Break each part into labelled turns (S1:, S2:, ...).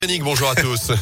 S1: Yannick, bonjour à tous.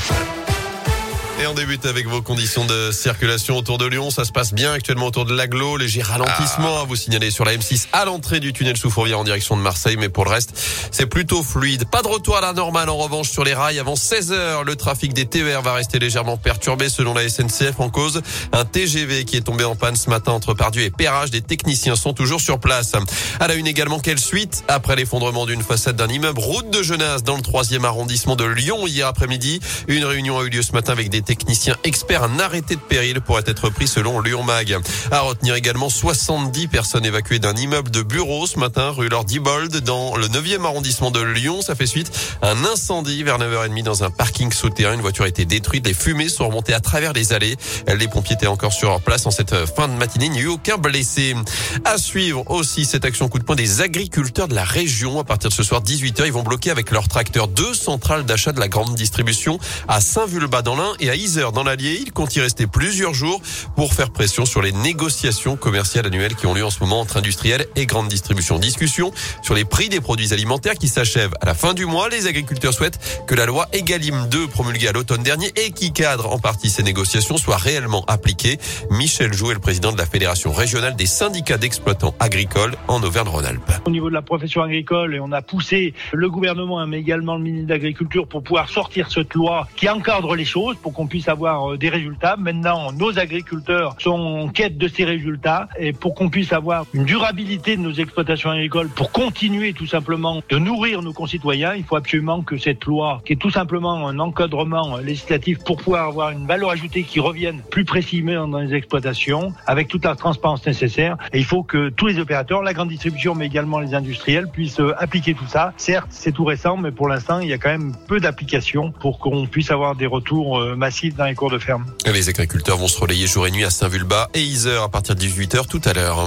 S1: Et on débute avec vos conditions de circulation autour de Lyon. Ça se passe bien actuellement autour de l'Agglo. Léger ralentissement à vous signaler sur la M6 à l'entrée du tunnel sous Fourvière en direction de Marseille. Mais pour le reste, c'est plutôt fluide. Pas de retour à la normale en revanche sur les rails avant 16h. Le trafic des TER va rester légèrement perturbé selon la SNCF en cause. Un TGV qui est tombé en panne ce matin entre Pardieu et Perrache. Des techniciens sont toujours sur place. À la une également, quelle suite après l'effondrement d'une façade d'un immeuble route de Genasse dans le 3e arrondissement de Lyon hier après-midi. Une réunion a eu lieu ce matin avec des techniciens experts. Un arrêté de péril pourrait être pris selon Lyon Mag. À retenir également 70 personnes évacuées d'un immeuble de bureaux ce matin rue Lord Diebold dans le 9e arrondissement de Lyon. Ça fait suite à un incendie vers 9h30 dans un parking souterrain. Une voiture a été détruite. Les fumées sont remontées à travers les allées. Les pompiers étaient encore sur place en cette fin de matinée. Il n'y a eu aucun blessé. À suivre aussi cette action coup de poing des agriculteurs de la région. À partir de ce soir 18h, ils vont bloquer avec leurs tracteurs 2 centrales d'achat de la grande distribution à Saint-Vulbas dans l'Ain et à Yzeure dans l'Allier. Il compte y rester plusieurs jours pour faire pression sur les négociations commerciales annuelles qui ont lieu en ce moment entre industriels et grande distribution. Discussion sur les prix des produits alimentaires qui s'achèvent à la fin du mois. Les agriculteurs souhaitent que la loi Egalim 2 promulguée à l'automne dernier et qui cadre en partie ces négociations soit réellement appliquée. Michel Jou est le président de la Fédération régionale des syndicats d'exploitants agricoles en Auvergne-Rhône-Alpes.
S2: Au niveau de la profession agricole, on a poussé le gouvernement mais également le ministre de l'Agriculture pour pouvoir sortir cette loi qui encadre les choses pour qu'on puisse avoir des résultats. Maintenant, nos agriculteurs sont en quête de ces résultats et pour qu'on puisse avoir une durabilité de nos exploitations agricoles pour continuer tout simplement de nourrir nos concitoyens, il faut absolument que cette loi, qui est tout simplement un encadrement législatif pour pouvoir avoir une valeur ajoutée qui revienne plus précisément dans les exploitations avec toute la transparence nécessaire. Et il faut que tous les opérateurs, la grande distribution mais également les industriels puissent appliquer tout ça. Certes, c'est tout récent, mais pour l'instant, il y a quand même peu d'applications pour qu'on puisse avoir des retours massifs dans les cours de ferme.
S1: Les agriculteurs vont se relayer jour et nuit à Saint-Vulbas et Yzeure à partir de 18h tout à l'heure.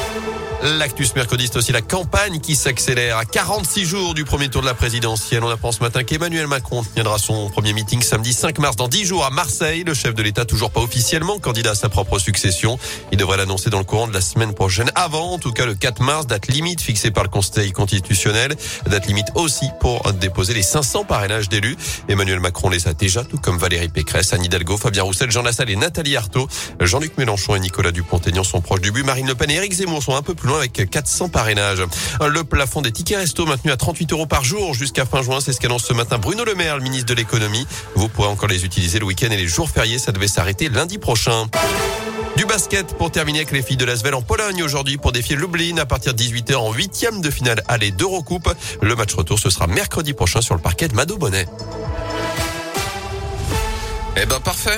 S1: L'actus mercredi, c'est aussi la campagne qui s'accélère. À 46 jours du premier tour de la présidentielle, on apprend ce matin qu'Emmanuel Macron tiendra son premier meeting samedi 5 mars dans 10 jours à Marseille. Le chef de l'État, toujours pas officiellement candidat à sa propre succession. Il devrait l'annoncer dans le courant de la semaine prochaine. Avant, en tout cas, le 4 mars, date limite fixée par le Conseil constitutionnel. Date limite aussi pour déposer les 500 parrainages d'élus. Emmanuel Macron les a déjà, tout comme Valérie Pécresse, Anne Hidalgo, Fabien Roussel, Jean Lassalle et Nathalie Arthaud. Jean-Luc Mélenchon et Nicolas Dupont-Aignan sont proches du but. Marine Le Pen et Éric Zemmour sont un peu plus loin avec 400 parrainages. Le plafond des tickets resto maintenu à 38 € par jour jusqu'à fin juin. C'est ce qu'annonce ce matin Bruno Le Maire, le ministre de l'économie. Vous pourrez encore les utiliser le week-end et les jours fériés. Ça devait s'arrêter lundi prochain. Du basket pour terminer avec les filles de l'Asvel en Pologne aujourd'hui pour défier Lublin à partir de 18h en 8e de finale aller d'Eurocoupe. Le match retour ce sera mercredi prochain sur le parquet de Mado Bonnet. Eh ben parfait.